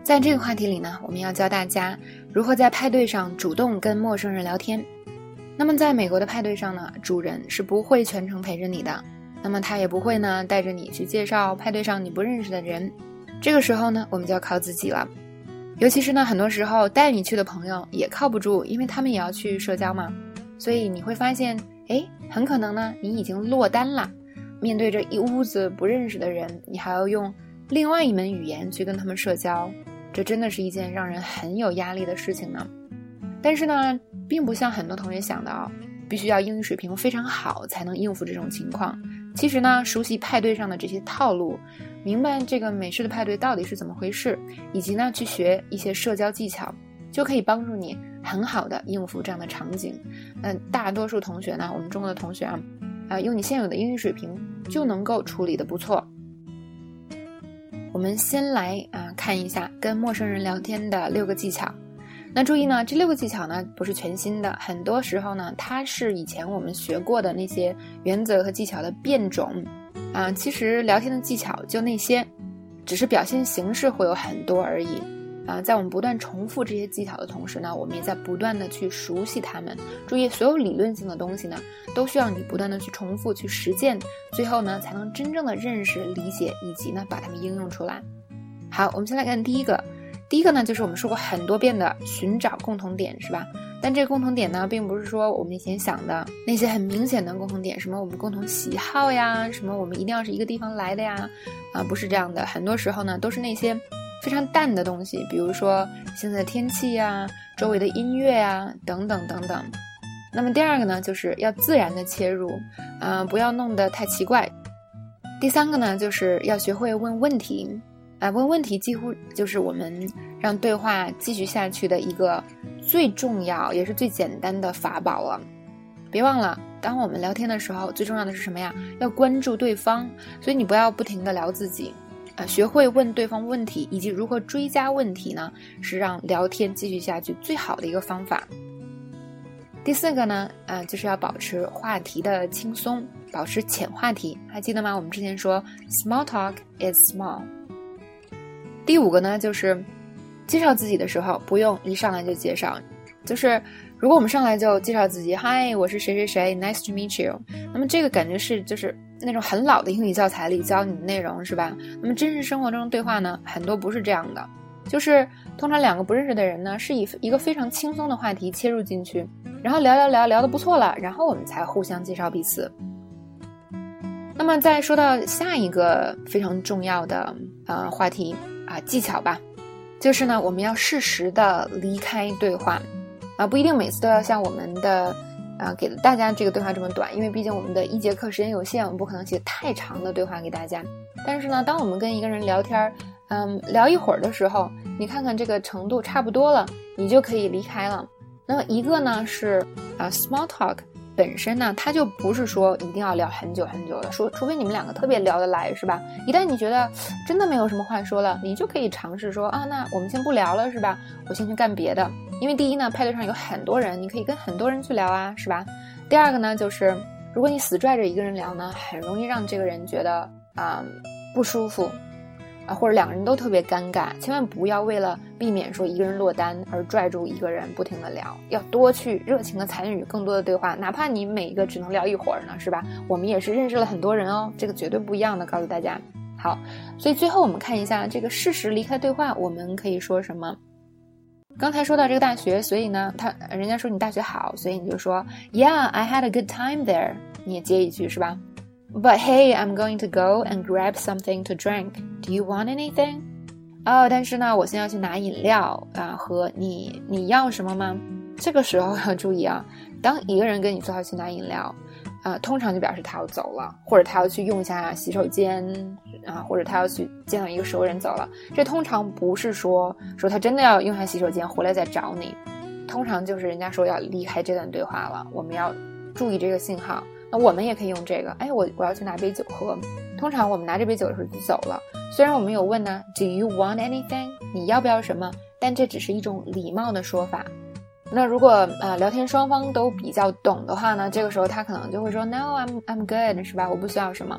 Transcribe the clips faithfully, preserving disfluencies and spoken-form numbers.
在这个话题里呢，我们要教大家如何在派对上主动跟陌生人聊天。那么在美国的派对上呢，主人是不会全程陪着你的，那么他也不会呢带着你去介绍派对上你不认识的人。这个时候呢，我们就要靠自己了。尤其是呢，很多时候带你去的朋友也靠不住，因为他们也要去社交嘛。所以你会发现，诶，很可能呢，你已经落单了。面对着一屋子不认识的人，你还要用另外一门语言去跟他们社交，这真的是一件让人很有压力的事情呢。但是呢，并不像很多同学想的啊、哦，必须要英语水平非常好才能应付这种情况。其实呢，熟悉派对上的这些套路，明白这个美式的派对到底是怎么回事，以及呢去学一些社交技巧，就可以帮助你很好的应付这样的场景。嗯，大多数同学呢，我们中国的同学啊，啊、呃，用你现有的英语水平就能够处理得不错。我们先来啊、呃、看一下跟陌生人聊天的六个技巧。那注意呢，这六个技巧呢不是全新的，很多时候呢它是以前我们学过的那些原则和技巧的变种啊、呃。其实聊天的技巧就那些，只是表现形式会有很多而已啊。在我们不断重复这些技巧的同时呢，我们也在不断的去熟悉它们。注意，所有理论性的东西呢，都需要你不断的去重复、去实践，最后呢才能真正的认识、理解以及呢把它们应用出来。好，我们先来看第一个。第一个呢，就是我们说过很多遍的寻找共同点，是吧？但这个共同点呢，并不是说我们以前想的那些很明显的共同点，什么我们共同喜好呀，什么我们一定要是一个地方来的呀，啊，不是这样的。很多时候呢，都是那些非常淡的东西，比如说现在的天气呀、周围的音乐呀，等等等等。那么第二个呢，就是要自然的切入，啊、呃，不要弄得太奇怪。第三个呢，就是要学会问问题。啊，问问题几乎就是我们让对话继续下去的一个最重要也是最简单的法宝了。别忘了，当我们聊天的时候，最重要的是什么呀？要关注对方，所以你不要不停地聊自己啊，学会问对方问题以及如何追加问题呢，是让聊天继续下去最好的一个方法。第四个呢，啊，就是要保持话题的轻松，保持浅话题。还记得吗？我们之前说 small talk is small。第五个呢，就是介绍自己的时候不用一上来就介绍，就是如果我们上来就介绍自己，嗨，我是谁谁谁 ，nice to meet you， 那么这个感觉是就是那种很老的英语教材里教你的内容，是吧？那么真实生活中的对话呢，很多不是这样的，就是通常两个不认识的人呢，是以一个非常轻松的话题切入进去，然后聊聊聊聊得不错了，然后我们才互相介绍彼此。那么再说到下一个非常重要的呃话题啊，技巧吧，就是呢，我们要适时的离开对话啊，不一定每次都要像我们的啊给大家这个对话这么短，因为毕竟我们的一节课时间有限，我们不可能写太长的对话给大家。但是呢，当我们跟一个人聊天，嗯，聊一会儿的时候，你看看这个程度差不多了，你就可以离开了。那么一个呢是啊 small talk。本身呢，它就不是说一定要聊很久很久的，说除非你们两个特别聊得来，是吧？一旦你觉得真的没有什么话说了，你就可以尝试说啊，那我们先不聊了，是吧？我先去干别的。因为第一呢，派对上有很多人，你可以跟很多人去聊啊，是吧？第二个呢，就是如果你死拽着一个人聊呢，很容易让这个人觉得啊、呃、不舒服。啊，或者两个人都特别尴尬，千万不要为了避免说一个人落单而拽住一个人不停的聊，要多去热情的参与更多的对话，哪怕你每一个只能聊一会儿呢，是吧？我们也是认识了很多人哦，这个绝对不一样的，告诉大家。好，所以最后我们看一下这个适时离开对话，我们可以说什么？刚才说到这个大学，所以呢，他人家说你大学好，所以你就说 Yeah, I had a good time there， 你也接一句，是吧？But hey, I'm going to go and grab something to drink. Do you want anything? 哦，但是呢，我现在要去拿饮料啊，喝。你你要什么吗？这个时候要注意啊，当一个人跟你说他去拿饮料，啊，通常就表示他要走了，或者他要去用一下洗手间啊，或者他要去见到一个熟人走了。这通常不是说说他真的要用下洗手间回来再找你，通常就是人家说要离开这段对话了，我们要注意这个信号。那我们也可以用这个，哎，我我要去拿杯酒喝。通常我们拿这杯酒的时候就走了，虽然我们有问呢 Do you want anything？ 你要不要什么？但这只是一种礼貌的说法。那如果呃聊天双方都比较懂的话呢，这个时候他可能就会说 No, I'm I'm good， 是吧？我不需要什么。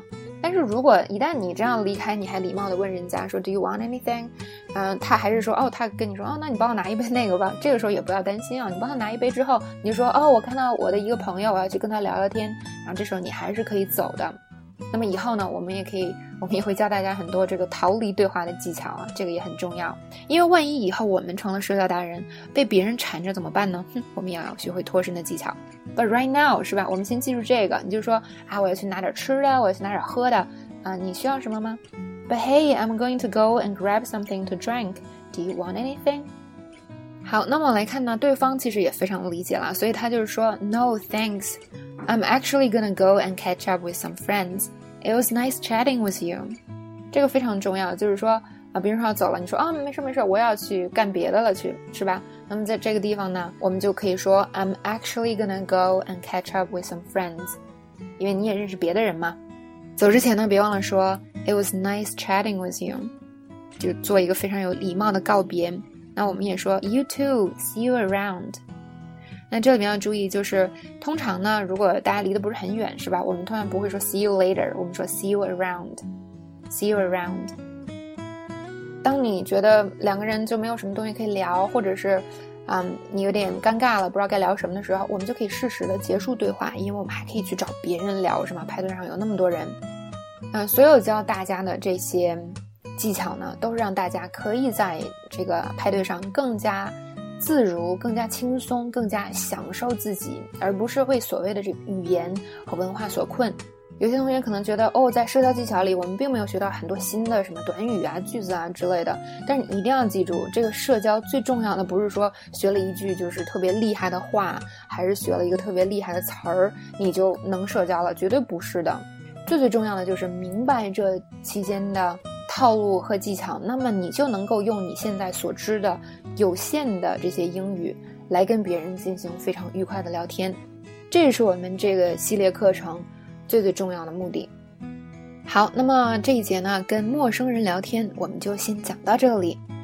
但是如果一旦你这样离开，你还礼貌地问人家说 Do you want anything？ 嗯、呃，他还是说哦，他跟你说哦，那你帮我拿一杯那个吧。这个时候也不要担心啊，你帮他拿一杯之后，你就说哦，我看到我的一个朋友，我要去跟他聊聊天，然后这时候你还是可以走的。那么以后呢，我们也可以，我们也会教大家很多这个逃离对话的技巧啊，这个也很重要。因为万一以后我们成了社交达人，被别人缠着怎么办呢？哼，我们也要学会脱身的技巧。But right now， 是吧？我们先记住这个，你就说啊，我要去拿点吃的，我要去拿点喝的啊，你需要什么吗 ？But hey, I'm going to go and grab something to drink. Do you want anything？ 好，那么来看呢，对方其实也非常理解了，所以他就是说 No, thanks.I'm actually gonna go and catch up with some friends. It was nice chatting with you. 这个非常重要，就是说啊，别人说要走了，你说啊，没事没事，我要去干别的了去，是吧？那么在这个地方呢，我们就可以说 I'm actually gonna go and catch up with some friends. 因为你也认识别的人嘛。走之前呢，别忘了说 It was nice chatting with you. 就做一个非常有礼貌的告别。那我们也说 You too, see you around.那这里面要注意，就是通常呢，如果大家离得不是很远，是吧？我们通常不会说 see you later， 我们说 see you around， see you around。当你觉得两个人就没有什么东西可以聊，或者是，嗯，你有点尴尬了，不知道该聊什么的时候，我们就可以适时的结束对话，因为我们还可以去找别人聊，是吗？派对上有那么多人，嗯，所有教大家的这些技巧呢，都是让大家可以在这个派对上更加自如，更加轻松，更加享受自己，而不是为所谓的这个语言和文化所困。有些同学可能觉得哦，在社交技巧里我们并没有学到很多新的什么短语啊、句子啊之类的，但是你一定要记住，这个社交最重要的不是说学了一句就是特别厉害的话，还是学了一个特别厉害的词儿你就能社交了，绝对不是的。最最重要的就是明白这期间的套路和技巧，那么你就能够用你现在所知的有限的这些英语来跟别人进行非常愉快的聊天，这也是我们这个系列课程最最重要的目的。好，那么这一节呢，跟陌生人聊天我们就先讲到这里。